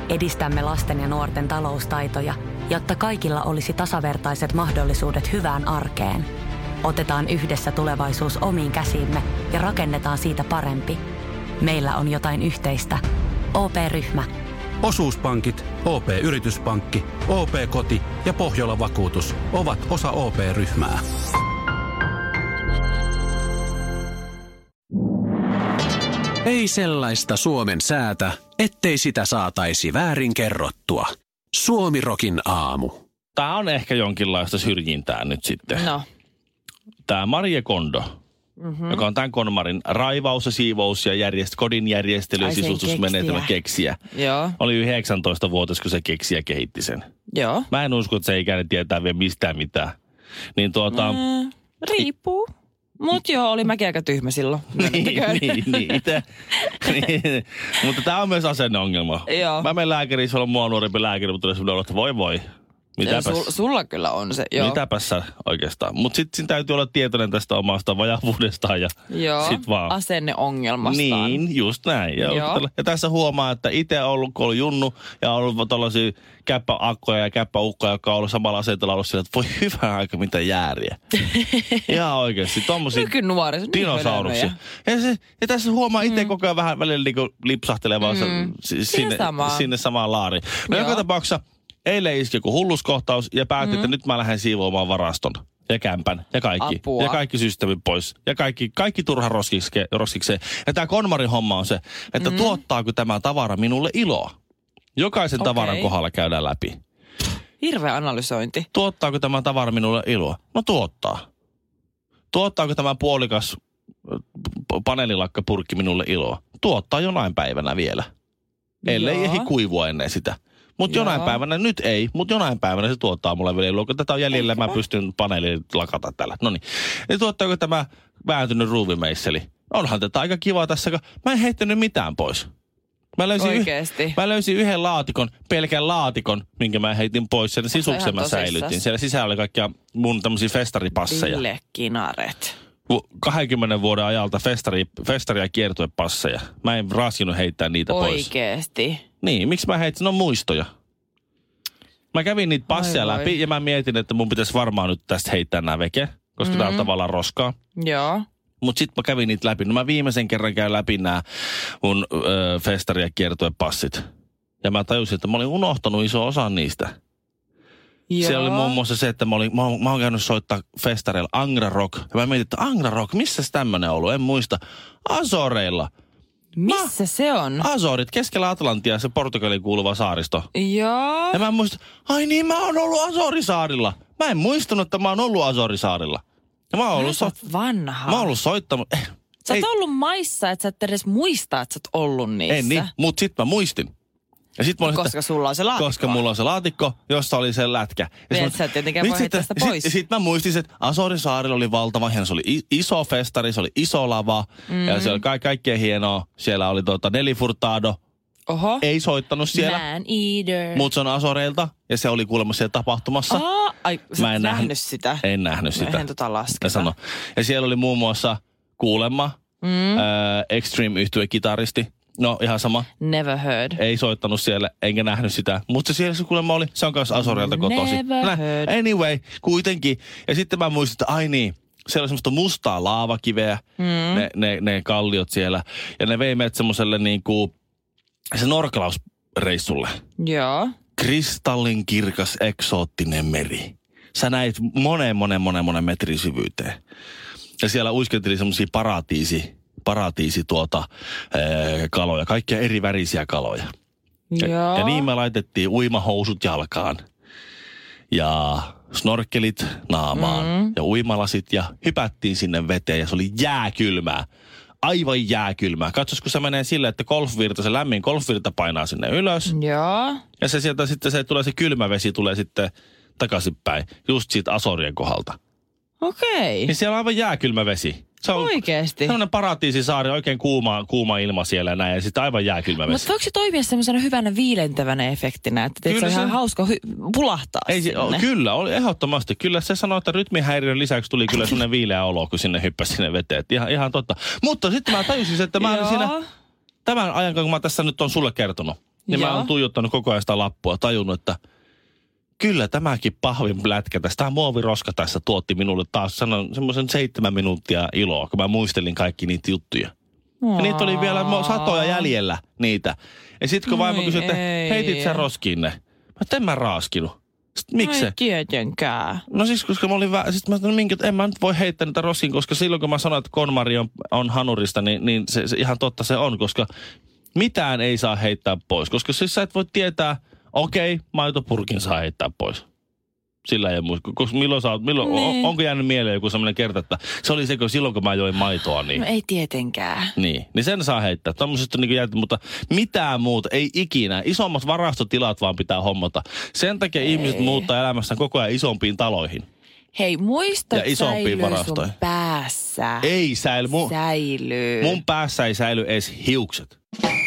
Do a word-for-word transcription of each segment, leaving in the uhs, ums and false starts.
edistämme lasten ja nuorten taloustaitoja, jotta kaikilla olisi tasavertaiset mahdollisuudet hyvään arkeen. Otetaan yhdessä tulevaisuus omiin käsiimme ja rakennetaan siitä parempi. Meillä on jotain yhteistä. O P-ryhmä. Osuuspankit, O P-yrityspankki, O P-koti ja Pohjola-vakuutus ovat osa O P-ryhmää. Ei sellaista Suomen säätä, ettei sitä saataisi väärin kerrottua. Suomi-rokin aamu. Tää on ehkä jonkinlaista syrjintää nyt sitten. No. Tää Marie Kondo, mm-hmm. joka on tämän Konmarin raivaus ja siivous ja järjest, kodin järjestely ja sisustusmenetelmä keksiä. Joo. Oli yhdeksäntoistavuotias, kun se keksiä kehitti sen. Joo. Mä en usko, että se ikäinen tietää vielä mistään mitään. Niin tuota... Mm, riippuu. Mut joo, oli mäkin aika tyhmä silloin. niin, niin, niin, ite, niin. Mutta tää on myös asenneongelma. Joo. Mä menen lääkäriin, se on mua nuorempi lääkäri, mutta tulee sellainen, että voi voi. Mitäpäs, sul, sulla kyllä on se, joo. Mitäpäs sä oikeastaan. Mutta sitten siinä täytyy olla tietoinen tästä omasta vajavuudestaan ja joo, sit vaan. asenneongelmastaan. Niin, just näin. Ja, ja tässä huomaa, että itse on ollut, kun ollut junnu ja on ollut tällaisia käppäakkoja ja käppäukkoja, jotka on ollut samalla asenteella ollut sillä, että voi hyvä aika mitä jääriä. Ihan oikeasti. Tommosia dinosauruksia. Ja, se, ja tässä huomaa itse mm. koko ajan vähän välillä niinku lipsahtelevaa mm. sinne, sinne samaan laariin. No joo. Joka tapauksessa eilen iski joku hulluskohtaus ja päätti, mm. että nyt mä lähden siivoamaan varaston ja kämpän ja kaikki. Apua. Ja kaikki systeemit pois. Ja kaikki, kaikki turha roskikseen. Ja tää Konmarin homma on se, että mm. tuottaako tämä tavara minulle iloa. Jokaisen okay. tavaran kohdalla käydään läpi. Hirveä analysointi. Tuottaako tämä tavara minulle iloa? No tuottaa. Tuottaako tämä puolikas paneelilakkapurkki minulle iloa? Tuottaa jonain päivänä vielä. Ellei ehdi kuivua ennen sitä. Mutta jonain päivänä, nyt ei, mutta jonain päivänä se tuottaa mulle vielä iloa. Kun tätä on jäljellä, mä pystyn paneeliin lakata tällä. Noniin. Ja tuottaako tämä vääntynyt ruuvimeisseli? Onhan tätä aika kiva tässä, kun mä en heittänyt mitään pois. Mä löysin, yh, mä löysin yhden laatikon, pelkän laatikon, minkä mä heitin pois. Sen sisuksen mä säilytin. Siellä sisällä oli kaikkia mun tämmöisiä festaripasseja. Ville Kinaret. kahdenkymmenen vuoden ajalta festari, festari- ja kiertuepasseja. Mä en raskinut heittää niitä Oikeesti. pois. Oikeesti? Niin, miksi mä heitin? Ne on muistoja. Mä kävin niitä passeja vai läpi vai. Ja mä mietin, että mun pitäisi varmaan nyt tästä heittää nämä veke, koska mm-hmm. tää on tavallaan roskaa. Joo. Mut sit mä kävin niitä läpi. No mä viimeisen kerran käyn läpi nämä mun ö, festari- ja kiertuepassit. Ja mä tajusin, että mä olin unohtanut iso osa niistä. Joo. Se oli muun muassa se, että mä, olin, mä, oon, mä oon käynyt soittaa festareilla Angra Rock. Ja mä mietin, että Angra Rock, missä tämmönen on ollut? En muista. Azoreilla. Missä mä, se on? Azorit, keskellä Atlantia, se Portugaliin kuuluva saaristo. Joo. Ja mä en muista, ai niin mä oon ollut Azorisaarilla. Mä en muistanut, että mä oon ollut Azorisaarilla. Ja mä oon ollut, so- vanha. Mä oon ollut soittanut. Eh, sä oot ollut maissa, että sä et edes muista, että sä oot ollut niissä. En niin, mut sit mä muistin. Ja sit mä koska sitä, sulla on se laatikko. Koska mulla on se laatikko, jossa oli se lätkä. Ja niin, sä et tietenkään voi heittää sitä pois. Ja sit, sit mä muistin, että Azorisaarilla oli valtava hieno. Se oli iso festari, se oli iso lava. Mm. Ja se oli ka- kaikkein hienoa. Siellä oli tota Nelly Furtado. Oho. Ei soittanut siellä. Man Eater. Mut se on Azoreilta. Ja se oli kuulemma siellä tapahtumassa. Aa, ai, sä mä en nähnyt, nähnyt sitä. En nähnyt sitä. Mä en tota lasketa. Ja, ja siellä oli muun muassa kuulemma mm. äh, Extreme-yhtye-kitaristi. No ihan sama. Never heard. Ei soittanut siellä, enkä nähnyt sitä. Mutta siellä se kuulemma oli, se on kanssa Azoreilta kotoisin. Never Nä, heard. Anyway, kuitenkin. Ja sitten mä muistin, että ai niin, siellä oli semmoista mustaa laavakiveä, mm. ne, ne, ne kalliot siellä. Ja ne vei meidät semmoiselle niinku, se norklausreissulle. Joo. Kristallin kirkas, eksoottinen meri. Sä näit monen, monen, monen, monen metrin syvyyteen. Ja siellä uiskenteli semmosia paratiisi. paratiisi tuota ee, kaloja, kaikkia eri värisiä kaloja. Ja, ja niin me laitettiin uimahousut jalkaan ja snorkkelit naamaan mm. ja uimalasit ja hypättiin sinne veteen ja se oli jääkylmää. Aivan jääkylmää. Katsos, kun se menee silleen, että golfvirta, se lämmin golfvirta painaa sinne ylös. Joo. Ja se sieltä sitten se tulee se kylmä vesi tulee sitten takaisinpäin, just siitä Azorien kohdalta. Okei. Niin siellä on aivan jääkylmä vesi. Se on oikeesti? Sellainen paratiisisaari, oikein kuuma, kuuma ilma siellä ja näin, ja sitten aivan jääkylmä vesi. Mutta voiko se toimia semmoisena hyvänä viilentävänä efektinä, että se on ihan hauska hy- pulahtaa ei, sinne? O, kyllä, oli ehdottomasti. Kyllä se sanoi, että rytmihäiriön lisäksi tuli kyllä semmoinen viileä olo, kun sinne hyppäsi sinne veteen. Ihan, ihan totta. Mutta sitten mä tajusin, että mä olin siinä tämän ajan, kun mä tässä nyt on sulle kertonut. Niin Joo. mä oon tuijottanut koko ajan sitä lappua, tajunnut, että kyllä tämäkin pahvin plätkä tässä, tämä muoviroska tässä tuotti minulle taas sanon, semmoisen seitsemän minuuttia iloa, kun mä muistelin kaikki niitä juttuja. Ja niitä oli vielä satoja jäljellä niitä. Ja sit kun vaimo kysyi, että heitit sä roskiin ne? Mä et en mä raaskinut. Sitten miksi se? Ei tietenkään. No siis, koska mä olin vähän, sit mä sanoin, minkä, en mä nyt voi heittää niitä roskiin, koska silloin kun mä sanoin, että KonMari on, on hanurista, niin, niin se, se ihan totta se on, koska mitään ei saa heittää pois. Koska siis sä et voi tietää, okei, okay, maitopurkin saa heittää pois. Sillä ei muista. Koska milloin sä, milloin, on, onko jäänyt mieleen joku semmoinen kerta, että se oli se, kun silloin kun mä join maitoa, niin... No ei tietenkään. Niin, niin sen saa heittää. Tämmöisestä niin jääty, mutta mitään muuta, ei ikinä. Isommat varastotilat vaan pitää hommata. Sen takia ei. Ihmiset muuttaa elämässään koko ajan isompiin taloihin. Hei, muista, Ja isompiin varastoihin. sun päässä. Ei säily. Mun, Säilyy. mun päässä ei säily edes hiukset.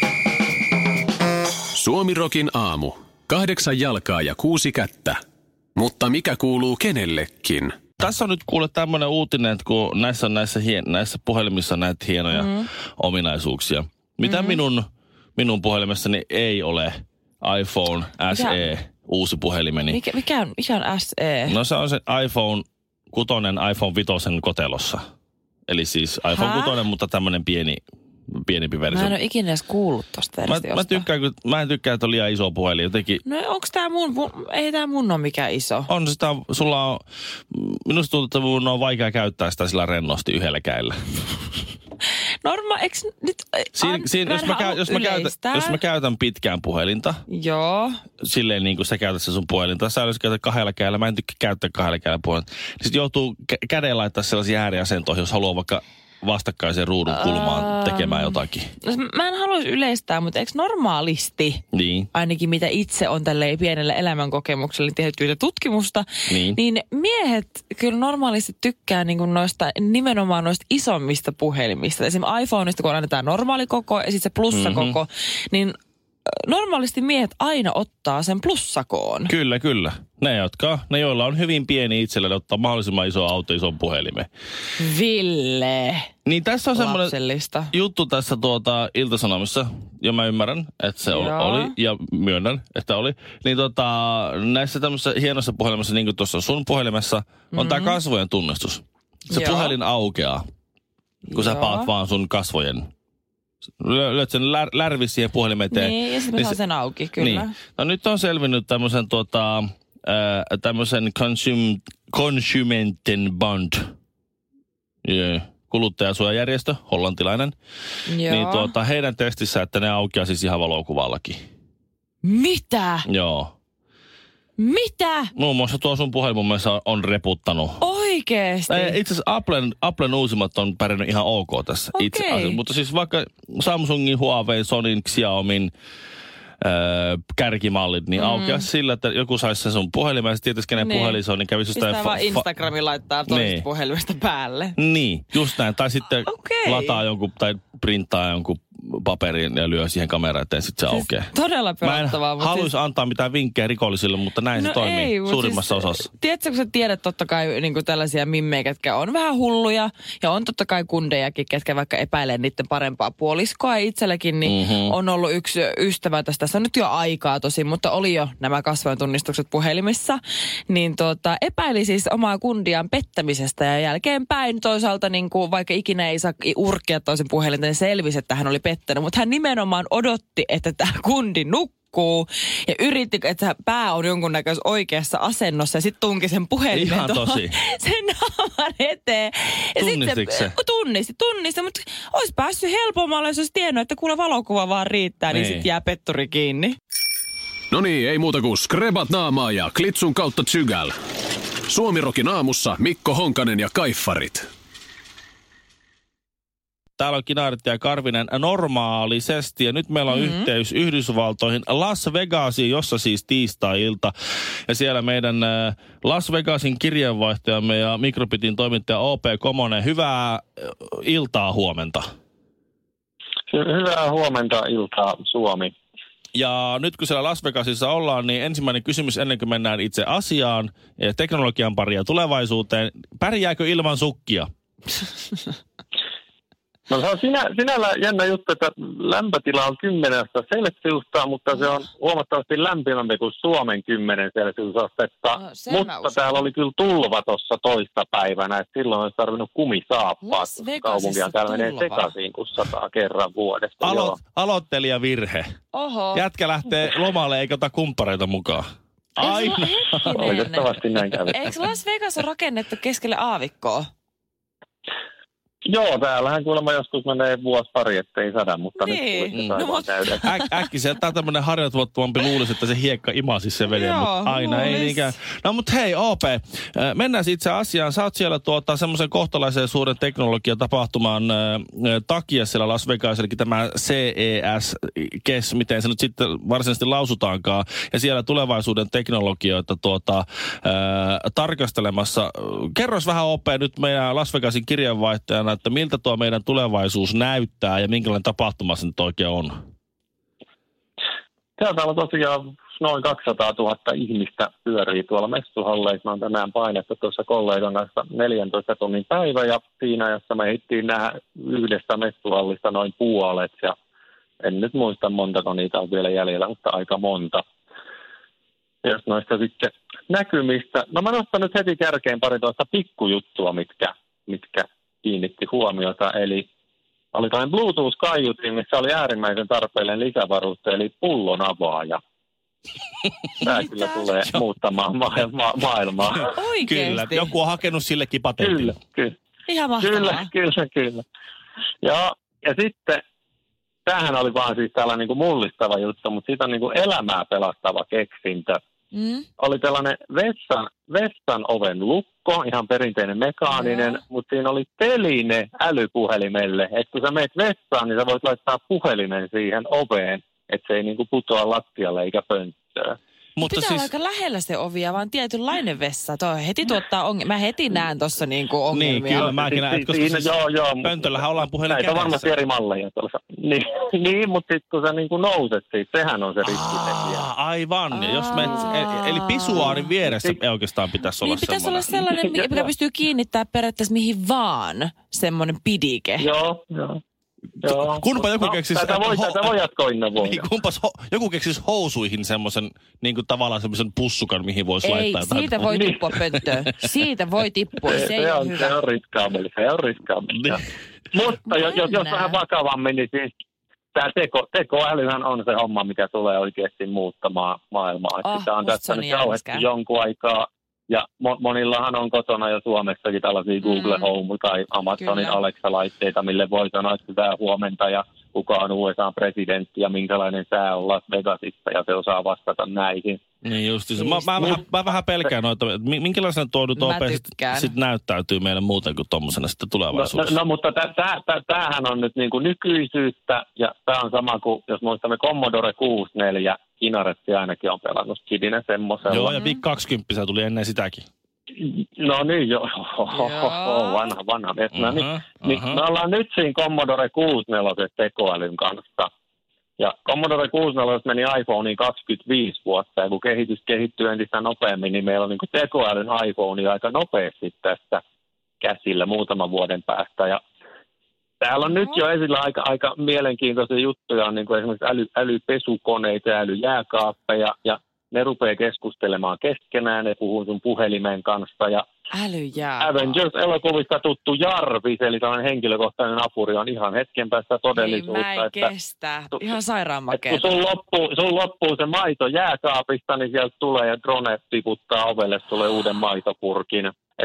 Suomirokin aamu. Kahdeksan jalkaa ja kuusi kättä. Mutta mikä kuuluu kenellekin? Tässä on nyt kuule tämmöinen uutinen, että kun näissä, näissä, hien, näissä puhelimissa näitä hienoja mm. ominaisuuksia. Mitä mm-hmm. minun, minun puhelimessani ei ole iPhone S E, mikä? Uusi puhelimeni. Mikä, mikä, on, mikä on S E? No se on se iPhone kutonen iPhone vitosen kotelossa. Eli siis iPhone Hä? kutonen, mutta tämmöinen pieni, pienempi versio. Mä en ole ikinä edes kuullut tosta versiosta. Mä, mä, tykkään, kun, mä en tykkää, että on liian iso puhelin. Jotenkin... No onks tää mun, ei tää mun ole mikään iso. On sitä, sulla on, minusta tuntuu, että mun on vaikea käyttää sitä sillä rennosti yhdellä kädellä. Norma, eks nyt... Siin, an, siin, jos, mä käy, jos, mä käytän, jos mä käytän pitkään puhelinta, joo. silleen niin kuin sä käytät se sun puhelinta, sä jos käytät kahdella kädellä, mä en tykkää käyttää kahdella kädellä puhelinta, niin sit joutuu kä- käden laittaa sellaisia ääriasentoihin, jos haluaa vaikka vastakkaisen ruudun kulmaan tekemään jotakin. No, mä en haluaisi yleistää, mutta eikö normaalisti, niin. ainakin mitä itse on tälleen pienellä elämänkokemuksella tehty tutkimusta, niin. niin miehet kyllä normaalisti tykkää niin kuin noista, nimenomaan noista isommista puhelimista. Esimerkiksi iPhoneista, kun annetaan normaali koko ja sitten se plussakoko, mm-hmm. niin normaalisti miehet aina ottaa sen plussakoon. Kyllä, kyllä. Ne, jotka, ne joilla on hyvin pieni itsellä, ottaa mahdollisimman iso auto, ison puhelimen. Ville. Niin tässä on semmoinen lapsellista juttu tässä tuota Ilta-Sanomissa, ja mä ymmärrän, että se Joo. oli, ja myönnän, että oli. Niin tota, näissä tämmöisissä hienossa puhelimessa, niin kuin tuossa sun puhelimessa, on mm-hmm. tämä kasvojen tunnistus. Se Joo. puhelin aukeaa, kun Joo. sä paat vaan sun kasvojen. Löydät sen lär, lärvis siihen puhelimen eteen. Niin, ja sitten niin saa sen auki, kyllä. Niin. No nyt on selvinnyt tämmöisen tuota, äh, tämmöisen consum, Consumenten Bond. Yeah. Kuluttajasuojajärjestö, hollantilainen. Joo. Niin tuota, heidän testissä, että ne aukeaa siis ihan valokuvallakin. Mitä? Joo. Mitä? Muun muassa tuo sun puhelin mun mielestä on reputtanut. Oikeesti? Itse asiassa Applen, Applen uusimmat on pärjännyt ihan ok tässä Okei. itse asiassa. Mutta siis vaikka Samsungin, Huawei, Sonin, Xiaomin öö, kärkimallit, niin mm. aukeaisi sillä, että joku saisi sen sun puhelimen ja sitten tietysti kenen niin. puhelin se on, niin kävisi jostain... Pistää fa- vaan fa- Instagramin laittaa toisesta niin. puhelimesta päälle. Niin, just näin. Tai sitten okay. lataa jonkun tai printtaa jonkun paperin ja lyö siihen kameraan eteen, sitten se siis aukeaa. Todella pelottavaa. Mä en haluaisi siis... antaa mitään vinkkejä rikollisille, mutta näin no se toimii ei, suurimmassa siis, osassa. Tiedätkö, kun sä tiedät totta kai niin kuin tällaisia mimmejä, ketkä on vähän hulluja ja on totta kai kundejakin, ketkä vaikka epäilee niiden parempaa puoliskoa. Itselläkin niin mm-hmm. on ollut yksi ystävä tästä, tässä on nyt jo aikaa tosi, mutta oli jo nämä kasvojen tunnistukset puhelimissa, niin tota, epäili siis omaa kundiaan pettämisestä ja jälkeenpäin toisaalta niin kuin, vaikka ikinä ei saa urkkia toisen puhelinta, niin selvisi, että hän oli pettänyt, mutta hän nimenomaan odotti, että tämä kundi nukkuu ja yritti, että pää on jonkunnäköisessä oikeassa asennossa ja sitten tunki sen puhelimen ihan tosi. sen naaman eteen. Tunnistiko se? Tunnisti, tunnisti, mutta olisi päässyt helpommalla, jos olisi tiennyt, että kuule valokuva vaan riittää, niin, niin sitten jää petturi kiinni. No niin, ei muuta kuin skrebat naamaa ja klitsun kautta tsygäl. Suomirokin aamussa Mikko Honkanen ja Kaiffarit. Täällä on Kinaarit ja Karvinen normaalisesti ja nyt meillä on mm-hmm. yhteys Yhdysvaltoihin Las Vegasiin, jossa siis tiistai-ilta. Ja siellä meidän Las Vegasin kirjeenvaihtajamme ja Mikrobitin toimittaja O P Komonen. Hyvää iltaa, huomenta. Hyvää huomenta, iltaa, Suomi. Ja nyt kun siellä Las Vegasissa ollaan, niin ensimmäinen kysymys ennen kuin mennään itse asiaan ja teknologian paria tulevaisuuteen. Pärjääkö ilman sukkia? No se on sinä, sinällään jännä juttu, että lämpötila on kymmenen celsiusta, mutta se on huomattavasti lämpimämpi kuin Suomen kymmenen celsiusastetta. No, mutta täällä oli kyllä tulva tuossa toista päivänä, että silloin olisi tarvinnut kumisaappaat. Kaupunkia täällä menee sekaisin kuin sataa kerran vuodesta. Alo- aloittelijavirhe. Oho. Jätkä lähtee lomalle eikä ota kumppareita mukaan. Aina. Oikeastaan näin kävi. Eikö Las Vegas on rakennettu keskelle aavikkoa? Joo, täällähän kuulemma joskus menee vuosi pari, ettei sada, mutta niin. nyt tulisi no, aivan mutta... täydellä. Äk, äkkiseltä tämä tämmöinen harjoituvattomampi luulisi, että se hiekka imasi se veden, Joo, mutta aina luulis. ei niinkään. No mutta hei O P, mennään itse asiaan. Sä oot siellä tuota, semmoisen kohtalaisen suuren teknologiatapahtuman äh, takia siellä Las Vegas, eli tämä C E S, kes, miten se nyt sitten varsinaisesti lausutaankaan, ja siellä tulevaisuuden teknologioita tuota, äh, tarkastelemassa. Kerros vähän O P nyt meidän Las Vegasin kirjeenvaihtajana, että miltä tuo meidän tulevaisuus näyttää ja minkälainen tapahtuma se nyt oikein on? Täällä on tosiaan noin kaksisataatuhatta ihmistä pyörii tuolla messuhalleissa. Mä oon tänään painettu tuossa kollegan kanssa neljäntoista tunnin päivä ja siinä ajassa me hittiin nähdä yhdestä messuhallista noin puolet. Ja en nyt muista montako niitä on vielä jäljellä, mutta aika monta. Jos noista sitten näkymistä. No mä nostan nyt heti kärkeen pari tuosta pikkujuttua, mitkä, mitkä kiinnitti huomiota. Eli oli tällainen Bluetooth-kaiutin, missä oli äärimmäisen tarpeellinen lisävaruste, eli pullon avaaja. Tämä kyllä tulee muuttamaan maailmaa. maailmaa. Oikeesti? Kyllä, joku on hakenut sillekin patentin. Kyllä, kyllä. Ihan mahtavaa. Kyllä, kyllä, kyllä. Ja, ja sitten, tämähän oli vaan siis tällainen niin kuin mullistava juttu, mutta siitä on niin kuin elämää pelastava keksintö. Mm. Oli tällainen vessan, vessan oven lukko, ihan perinteinen mekaaninen, no. mutta siinä oli teline älypuhelimelle. Että kun sä menet vessaan, niin sä voit laittaa puhelimen siihen oveen, että se ei niinku putoa lattialle eikä pönttöön. Mutta Pitää siis, olla aika lähellä se ovi ja vaan tietynlainen vessa. Toi heti tuottaa ongelmia. Mä heti näen tuossa niinku ongelmia. niin, kyllä mäkin näen, koska Siinä, siis joo, joo, pöntöllähän ollaan puhelin näitä on kädessä. varmasti eri malleja tuossa. Niin, niin mutta sitten kun sä niinku nouset siitä, sehän on se riskitekijä. Aa, aivan. Ja jos me, eli pisuaarin vieressä ei oikeastaan pitäisi olla Niin pitäisi olla semmoinen. sellainen, mikä pystyy kiinnittämään periaatteessa mihin vaan. Semmoinen pidike. Joo, joo. Joo. Kunpa joku no, keksisi... Tätä voi, ho- tätä voi jatkoinnovoida. Niin, kumpas ho- joku keksisi housuihin semmoisen, niin kuin tavallaan semmoisen pussukan, mihin voisi Ei, laittaa. jotain. siitä voi tippua pönttöön. Siitä voi tippua, se, se ei se ole on, hyvä. Se on riskaameli, se on riskaameli. Niin. Mutta jos, jos, jos Mennään. vähän vakavammin, niin siis tämä teko, tekoälyhän on se homma, mikä tulee oikeasti muuttamaan maailmaa. Oh, Sitä on musta tässä se on nyt niin jauhettu jänskä. jonkun aikaa. Ja mo- monillahan on kotona jo Suomessakin tällaisia Google Mm. Home tai Amazonin Kyllä. Alexa-laitteita, mille voi sanoa, että hyvää huomenta ja kuka on U S A-presidentti ja minkälainen sää on Las Vegasissa ja se osaa vastata näihin. Niin justiinsa. Mä, mä, vähän, mä vähän pelkään noita, että mi- minkälaisena tuo nyt Mä nopeasti tykkään. sit näyttäytyy meille muuten kuin tommosena sitten No, tulevaisuudessa. no, no mutta tämähän on nyt niinku nykyisyyttä ja tämä on sama kuin, jos muistamme Commodore kuusikymmentäneljä, Inaretti ainakin on pelannut kidinä semmoisella. Joo, ja Big kaksikymmentä tuli ennen sitäkin. No niin, jo. Joo. vanha, vanha. No, niin, Aha, niin, aha. me ollaan nyt siinä Commodore kuusikymmentäneljä tekoälyn kanssa. Ja Commodore kuusikymmentäneljä meni iPhoneen kaksikymmentäviisi vuotta, ja kun kehitys kehittyy entistä nopeammin, niin meillä on niin tekoälyn iPhone aika nopeasti tästä käsillä muutaman vuoden päästä. Ja täällä on nyt jo esillä aika, aika mielenkiintoisia juttuja, on niin kuin esimerkiksi äly, älypesukoneita ja älyjääkaappeja, ja ne rupeaa keskustelemaan keskenään, ne puhuu sun puhelimen kanssa, ja Älyjää. Avengers-elokuvista tuttu Jarvis, eli tällainen henkilökohtainen apuri, on ihan hetken päästä todellisuutta. Niin, mä en että, kestä. Ihan sairaan että kun makeeta. sun loppuu, sun loppuu se maito jääkaapista, niin sieltä tulee ja drone tiputtaa ovelle sulle uuden maitopurkin. Et,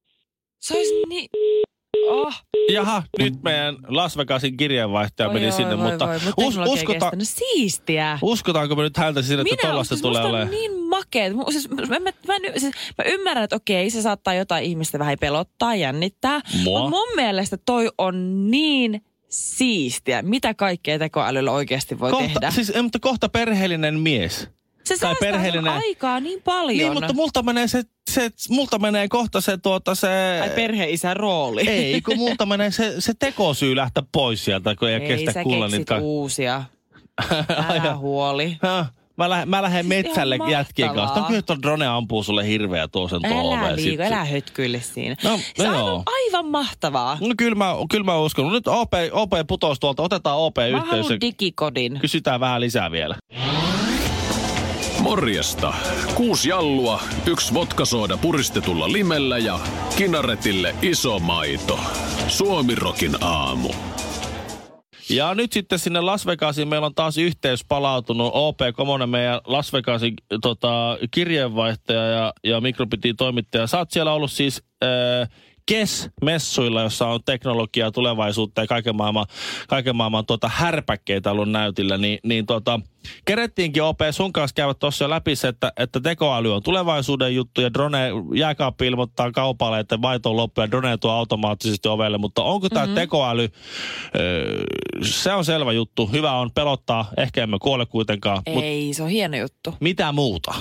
Se olisi niin... Oh. Jaha, nyt meidän Las Vegasin kirjeenvaihtaja Oi, meni oi, sinne, voi, mutta voi, us, teknologia ei uskota, kestänyt. Siistiä. uskotaanko me nyt häntä sinne, että Minä tollaista siis tulee musta on olemaan? niin makeet. Mu- Siis, mä, mä, mä, siis, mä ymmärrän, että okei, se saattaa jotain ihmistä vähän pelottaa, jännittää. Mua? Mutta mun mielestä toi on niin siistiä. Mitä kaikkea tekoälyllä oikeasti voi Kohta, tehdä? siis, ei, mutta kohta perheellinen mies. Se tai säästää perheellinen- sun aikaa niin paljon. Niin, mutta multa menee se, se multa menee kohta se tuota se... Ai perheisän rooli. Ei, kun multa menee se, se tekosyy lähteä pois sieltä, kun ei, Ei kestä sä kuulla keksit niitä. uusia. Älä huoli. Häh? Mä lähden, mä lähden metsälle Ihan jätkien kanssa. mahtavaa. No kyllä tuon drone ampuu sulle hirveä tuo sen tuohon. Älä liiku, älä hötkyille siinä. No, Se no on joo. aivan mahtavaa. No kyllä mä, kyllä mä uskon. No nyt O P, O P putosi tuolta. Otetaan O Mä P-yhteys. haluan digikodin. Kysytään vähän lisää vielä. Morjesta. Kuusi jallua, yksi vodkasooda puristetulla limellä ja kinaretille iso maito. Suomirokin aamu. Ja nyt sitten sinne Las Vegasiin meillä on taas yhteys palautunut. O P Komonen, meidän Las Vegasin tota, kirjeenvaihtaja ja, ja Microbitin toimittaja. Sä oot siellä ollut siis äh, Kes-messuilla, jossa on teknologiaa, tulevaisuutta ja kaiken maailman, kaiken maailman tuota, härpäkkeitä ollut näytillä. Ni, niin tota, kerettiinkin O P sun kanssa käydä tuossa jo läpi se, että, että tekoäly on tulevaisuuden juttu ja drone, jääkaappi ilmoittaa kaupalle, että maito on loppu ja drone tuo automaattisesti ovelle. Mutta onko tämä mm-hmm. tekoäly, öö, se on selvä juttu. Hyvä on pelottaa, ehkä emme kuole kuitenkaan. Ei, mut se on hieno juttu. mitä muuta?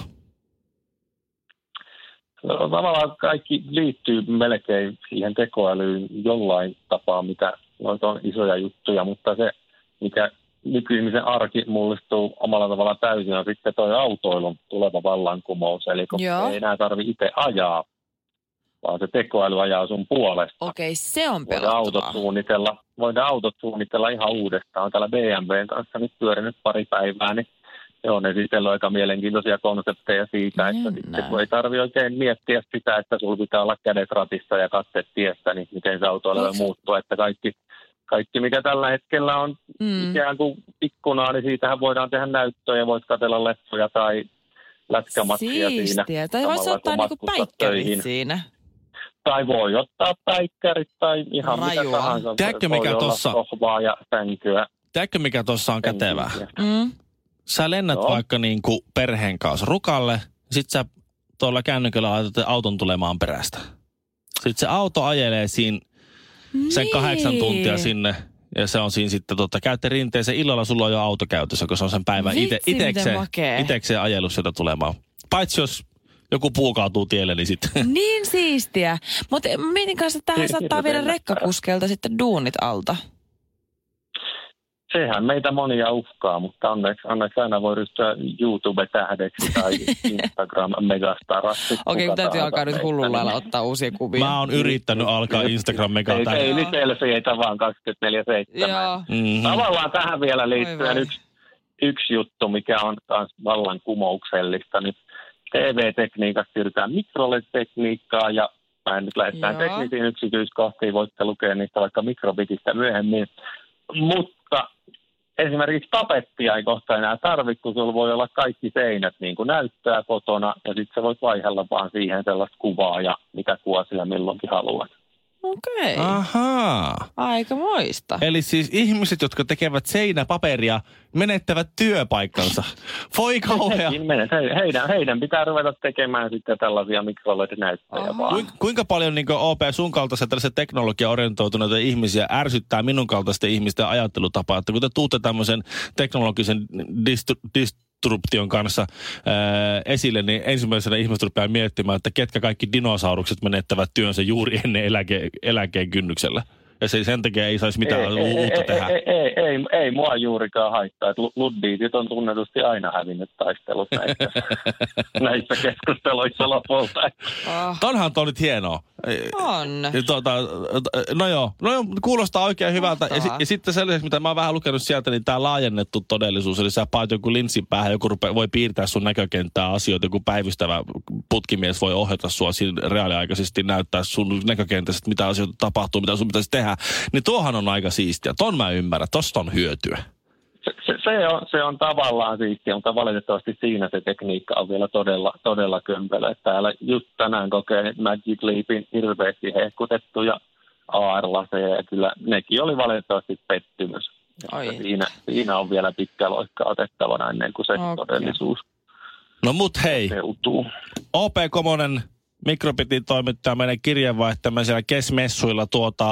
No, tavallaan kaikki liittyy melkein siihen tekoälyyn jollain tapaa, mitä noita on isoja juttuja, mutta se, mikä nykyihmisen arki mullistuu omalla tavalla täysin, on sitten toi autoilun tuleva vallankumous. Eli kun Joo. ei enää tarvitse itse ajaa, vaan se tekoäly ajaa sun puolesta. Okei, se on Voidaan autot pelottavaa. suunnitella, voidaan autot suunnitella ihan uudestaan. Täällä B M W:n kanssa nyt pyörinyt pari päivää, niin se on esitellyt aika mielenkiintoisia konsepteja siitä, että Jännä. sitten kun ei tarvitse oikein miettiä sitä, että sulla pitää olla kädet ratissa ja katseet tiestä, niin miten se autoileva Onks- muuttuu. Että kaikki, kaikki, mikä tällä hetkellä on Mm. ikään kuin ikkunaa, niin siitähän voidaan tehdä näyttöjä, voit katsella leffoja tai lätkämatsia siinä. Siistiä. Tai voisi samalla, ottaa kun niinku matkustat päikkärit töihin. siinä. Tai voi ottaa päikkärit tai ihan Rajua. mitä tahansa. Tiedätkö, Voi mikä olla tossa- sohvaa ja sänkyä. Tiedätkö, mikä tuossa on kätevää? Mm. Sä lennät Joo. vaikka niin kuin perheen kanssa rukalle, sit sä tuolla kännykällä laitat auton tulemaan perästä. Sitten se auto ajelee siinä sen Niin. kahdeksan tuntia sinne, ja se on siinä sitten, tota, käytte rinteeseen, illalla sulla on jo auto käytössä, kun se on sen päivän ite, Vitsi, miten itekseen, makee. itekseen ajellut sieltä tulemaan. Paitsi jos joku puu kaatuu tielle, niin sitten... Niin siistiä. Mutta mietin kanssa, että tähän Hirveän saattaa viedä näppärä. rekkakuskelta sitten duunit alta. Sehän meitä monia uhkaa, mutta onneksi, onneksi aina voi ryhtyä YouTube-tähdeksi tai Instagram-megastaraksi. Okei, kun Kuka täytyy tahansa alkaa nyt meistä, hullulla niin- lailla ottaa uusia kuvia. Mä oon yrittänyt alkaa Instagram megaa Ei, tähän. ei nyt selfieitä vaan kaksikymmentäneljä seitsemän. Joo. Mm-hmm. Tavallaan tähän vielä Oi liittyen voi. yksi, yksi juttu, mikä on myös vallankumouksellista. Nyt T V-tekniikasta siirrytään mikro L E D-tekniikkaan ja mä en nyt lähde tähän Joo. teknisiin yksityiskohtiin, voitte lukea niistä vaikka mikrobitistä myöhemmin. Mutta esimerkiksi tapettia ei kohta enää tarvitse, kun sulla voi olla kaikki seinät niin kuin näyttää kotona ja sitten sä voit vaihella vaan siihen sellaista kuvaa ja mitä kuvaa sillä milloinkin haluat. Okei. Ahaa. Aika moista. Eli siis ihmiset, jotka tekevät seinäpaperia, menettävät työpaikkansa. Voi kauhea. Hekin menet. He, heidän, heidän pitää ruveta tekemään sitten tällaisia mikro L E D-näyttöjä Aha. vaan. Kuinka, kuinka paljon niin O P sun kaltaisia tällaisia teknologia-orientoituneita ihmisiä ärsyttää minun kaltaisten ihmisten ajattelutapaa, että kun te tuutte tämmöisen teknologisen distru, disruption kanssa ää, esille, niin ensimmäisenä ihmiset rupeaa miettimään, että ketkä kaikki dinosaurukset menettävät työnsä juuri ennen eläke, eläkeen kynnyksellä. Ja se, sen takia ei saisi mitään ei, ei, uutta ei, tehdä. Ei, ei, ei, ei mua juurikaan haittaa. että Luddiitit on tunnetusti aina hävinnyt taistelut näissä, näissä keskusteluissa lopulta. Oh, Tonhan toi nyt hienoa. on. Ja Tuota, no joo, no joo, kuulostaa oikein hyvältä. Ja, si- Mahtavaa. ja sitten sen lisäksi, mitä mä oon vähän lukenut sieltä, niin tämä laajennettu todellisuus. Eli sä paat joku linssin päähän, joku rupe, voi piirtää sun näkökenttää asioita, joku päivystävä putkimies voi ohjata sua siinä reaaliaikaisesti, näyttää sun näkökentästä, mitä asioita tapahtuu, mitä sun pitäisi tehdä. Niin tuohan on aika siistiä. Ton mä ymmärrän, tosta on hyötyä. Se, se, se, on, se on tavallaan siistiä, mutta valitettavasti siinä se tekniikka on vielä todella, todella kömpelö. Täällä just tänään kokeen Magic Leapin hirveästi hehkutettuja A R-laseja ja kyllä nekin oli valitettavasti pettymys. Oi. Siinä, siinä on vielä pitkä loikka otettavana ennen kuin se Okei. todellisuus No mut hei, toteutuu. O P Komonen, Microbitin toimittaja, meidän kirjeenvaihtajamme siellä Kes-messuilla tuota,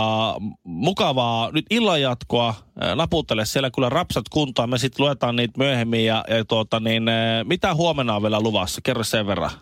mukavaa nyt illanjatkoa. Ää, Naputtele siellä kyllä rapsat kuntoon. Me sitten luetaan niitä myöhemmin ja, ja tuota, niin, ää, mitä huomenna on vielä luvassa? Kerro sen verran.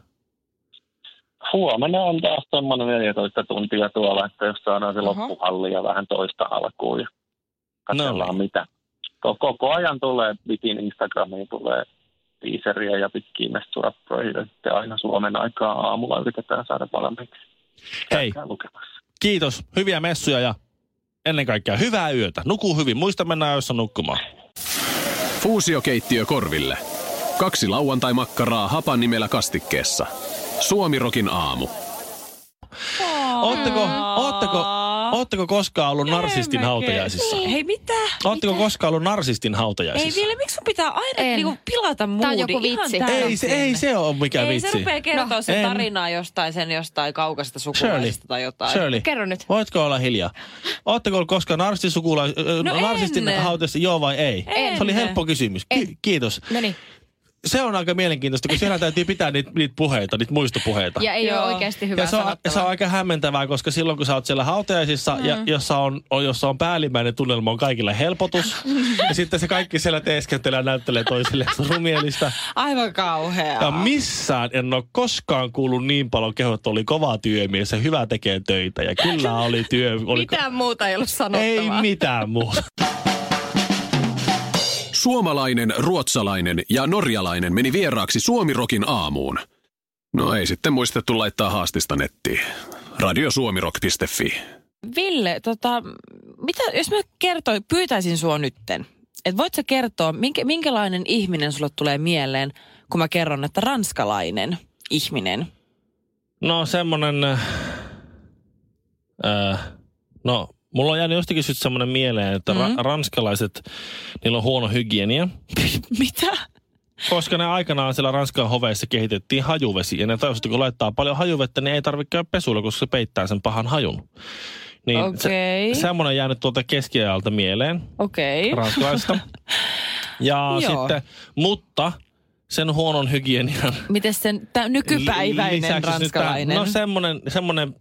Huomenna on taas semmoinen neljätoista tuntia tuolla, että jos saadaan se Aha. loppuhalli ja vähän toista alkuun ja katsellaan No niin. mitä. Koko, koko ajan tulee, Bitin Instagramiin tulee tiiseriä ja pitkiä messurapproja. Sitten aina Suomen aikaa aamulla yritetään saada valmiiksi. Hei, kiitos. Hyviä messuja ja ennen kaikkea hyvää yötä. Nuku hyvin. Muista mennä ajoissa nukkumaan. Fuusiokeittiö korville. Kaksi lauantai-makkaraa hapan nimellä kastikkeessa. Suomirokin aamu. Ootteko, ootteko, ootteko koskaan ollut narsistin hautajaisissa? Hei, mitä? Ootteko koskaan ollut narsistin hautajaisissa? Ei vielä, miksi sun pitää aina niinku pilata moodi? Tää on joku vitsi. Ei se, ei se ole mikään ei, vitsi. Ei se rupea kertoa No, sen en. tarinaa jostain sen jostain kaukaisesta sukulaisesta tai jotain. Shirley, Kerro nyt. voitko olla hiljaa? Ootteko ollut koskaan narsistin sukula... No narsistin en. hautajaisissa, joo vai ei? En. Se oli helppo kysymys. Ki- kiitos. No niin. Se on aika mielenkiintoista, kun siellä täytyy pitää niitä, niitä puheita, niitä muistopuheita. Ja ei Joo. ole oikeasti hyvä Ja se on, sanottavaa. se on aika hämmentävää, koska silloin kun sä oot siellä hautajaisissa, mm. ja jossa on, on, jossa on päällimmäinen tunnelma, on kaikille helpotus. Ja sitten se kaikki siellä teeskentelee ja näyttelee toisille surumielistä. Aivan kauheaa. Ja missään en ole koskaan kuullut niin paljon kehoa, että oli kova työmies ja hyvä tekee töitä. Ja kyllä oli työ... Oli Mitään muuta ei ollut sanottavaa. ei mitään muuta. Suomalainen, ruotsalainen ja norjalainen meni vieraaksi Suomirokin aamuun. No ei sitten muistettu laittaa haastista nettiin. radiosuomirock piste fi. Ville, tota, mitä, jos mä kertoin, pyytäisin sua nytten, että voit sä kertoa, minkä, minkälainen ihminen sulle tulee mieleen, kun mä kerron, että ranskalainen ihminen? No semmonen... Äh, no... Mulla on jäänyt jostakin syystä semmoinen mieleen, että mm-hmm. ra- ranskalaiset, niillä on huono hygienia. Mitä? Koska ne aikanaan siellä Ranskan hoveissa kehitettiin hajuvesi. Ja ne tajusivat, kun laittaa paljon hajuvettä, niin ei tarvitse käydä pesuilla, koska se peittää sen pahan hajun. Niin Okei. se, semmoinen jäänyt tuolta keskiajalta mieleen. Okei. Ranskalaista. Ja Joo. sitten, mutta sen huonon hygienian... Miten sen tä, nykypäiväinen lisäksi ranskalainen? Nyt, no semmoinen, semmoinen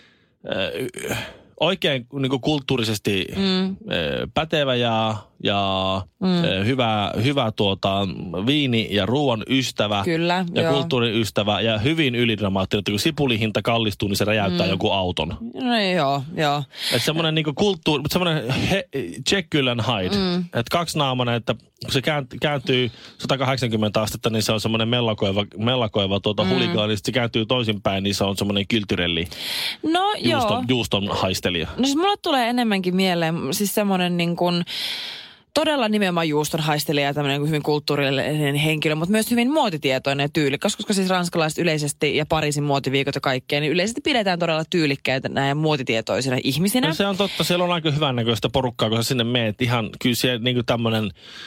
äh, oikein niin kuin kulttuurisesti mm. äh, pätevä ja, ja mm. äh, hyvä, hyvä tuota, viini- ja ruoan ystävä. Kyllä, ja joo. kulttuurin ystävä ja hyvin ylidramaattinen, että kun sipulihinta kallistuu, niin se räjäyttää mm. joku auton. No joo, joo. Että semmoinen niinku kulttuuri, semmoinen he, Jekyll and Hyde. Mm. Että kaksinaamainen, että kun se kääntyy sata kahdeksankymmentä astetta, niin se on semmoinen mellakoiva, mellakoiva tuota mm. huligaani. Sitten se kääntyy toisinpäin, niin se on semmoinen kyltyrelli. No juuston, joo. Juuston haistelija. No siis mulle tulee enemmänkin mieleen siis semmoinen niin kuin todella nimenomaan juustonhaistelija ja tämmöinen hyvin kulttuurillinen henkilö, mutta myös hyvin muotitietoinen ja tyylikäs, koska siis ranskalaiset yleisesti ja Pariisin muotiviikot ja kaikkea, niin yleisesti pidetään todella tyylikkäitä näin muotitietoisina ihmisinä. No se on totta, siellä on aika hyvännäköistä porukkaa, kun sä sinne meet ihan, kyllä siellä niin kuin tämmöinen,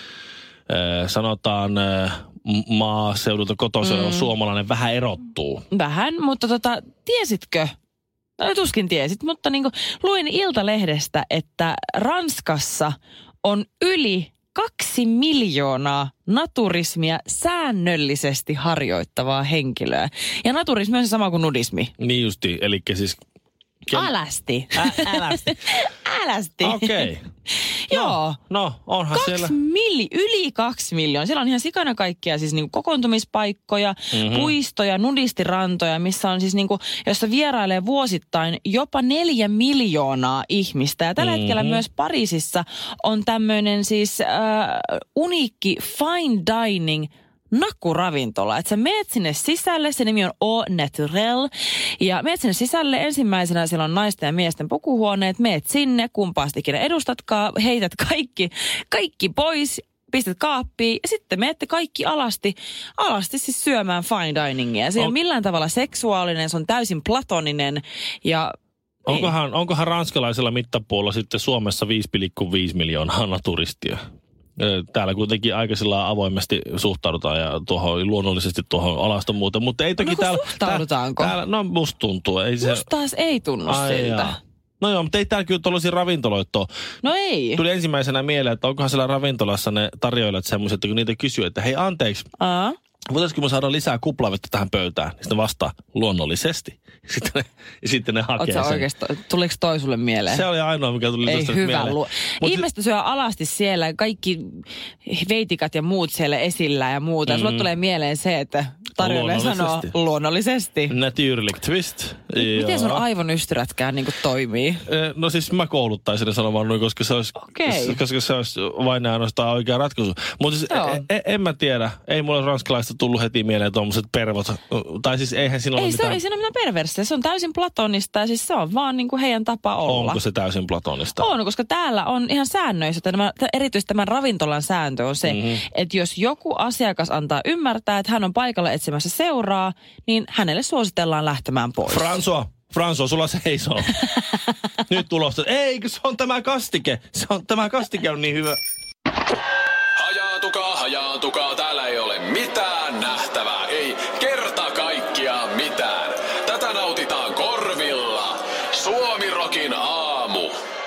äh, sanotaan äh, maaseudulta kotoisin mm. suomalainen vähän erottuu. Vähän, mutta tota, tiesitkö? No tuskin tiesit, mutta niin kuin luin Iltalehdestä, että Ranskassa on yli kaksi miljoonaa naturismia säännöllisesti harjoittavaa henkilöä. Ja naturismi on se sama kuin nudismi. Niin justi, eli siis... Alästi. Ä, älästi. Älästi. Okei. Okay. Joo. No, onhan Kaksi siellä... Mili, yli kaksi miljoonaa. Siellä on ihan sikana kaikkia siis niinku kokoontumispaikkoja, mm-hmm. puistoja, nudistirantoja, missä on siis niinku, jossa vierailee vuosittain jopa neljä miljoonaa ihmistä. Ja tällä mm-hmm. hetkellä myös Pariisissa on tämmöinen siis äh, uniikki fine dining nakkuravintola. Että sä meet sinne sisälle, se nimi on Au Naturel, ja meet sinne sisälle, ensimmäisenä siellä on naisten ja miesten pukuhuoneet, meet sinne, kumpaa ikinä edustatkaa, heität kaikki, kaikki pois, pistät kaappiin, ja sitten menette kaikki alasti, alasti siis syömään fine diningia. Se ei on... ole millään tavalla seksuaalinen, se on täysin platoninen, ja... Onkohan, onkohan ranskalaisella mittapuolella sitten Suomessa viisi pilkku viisi miljoonaa naturistia? Täällä kuitenkin aika sillä avoimesti suhtaudutaan ja tuohon luonnollisesti tuohon alastomuuteen, mutta ei toki no, täällä... suhtaudutaanko? Täällä, no musta tuntuu. Ei se... Musta taas ei tunnu Ai siltä. Jaa. No joo, mutta ei täällä kyllä tuollaisia ravintoloita ole. No ei. Tuli ensimmäisenä mieleen, että onkohan siellä ravintolassa ne tarjoilijat semmoiset, että kun niitä kysyy, että hei anteeksi, Aa. voitaisiko me saada lisää kuplavettä tähän pöytään? Niin sitten vastaa luonnollisesti. Sitten ne, ja sitten ne hakee Ootko sen. oikeasti, tuliko toi sulle mieleen? Se oli ainoa, mikä tuli ei tuosta hyvä mieleen. Lu- Ihmiset syö alasti siellä, kaikki veitikat ja muut siellä esillä ja muuta. Mm. Sulle tulee mieleen se, että tarjoilee sanoa luonnollisesti. Natürlich twist. Miten sun aivonystyrrätkään niin kuin toimii? No siis mä kouluttaisin ne sanomaan noin, koska se olisi, okay. koska se olisi vain ainoastaan oikea ratkaisu. Mutta siis e, e, en mä tiedä. Ei mulle ranskalaista tullut heti mieleen tuommoiset pervot. Tai siis eihän siinä ole ei, mitään. Ei se ole mitään perversiä. Se on täysin platonista ja siis se on vaan niin kuin heidän tapa olla. Onko se täysin platonista? On, koska täällä on ihan säännöissä. Tämä, erityisesti tämän ravintolan sääntö on se, mm-hmm. että jos joku asiakas antaa ymmärtää, että hän on paikalla etsimässä seuraa, niin hänelle suositellaan lähtemään pois. François, François, sulla seisoo. Nyt tulosta. Eikö se on tämä kastike? Se on, tämä kastike on niin hyvä. Hajaantukaa, hajaantukaa. Täällä ei ole mitään nähtävää. Ei kerta kaikkiaan mitään. Tätä nautitaan korvilla. Suomi-rokin aamu.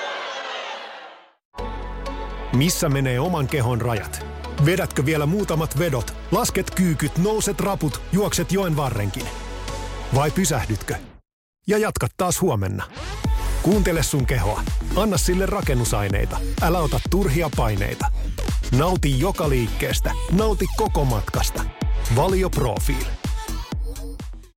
Missä menee oman kehon rajat? Vedätkö vielä muutamat vedot, lasket kyykyt, nouset raput, juokset joen varrenkin? Vai pysähdytkö? Ja jatkat taas huomenna. Kuuntele sun kehoa. Anna sille rakennusaineita. Älä ota turhia paineita. Nauti joka liikkeestä. Nauti koko matkasta. Valio Profiil.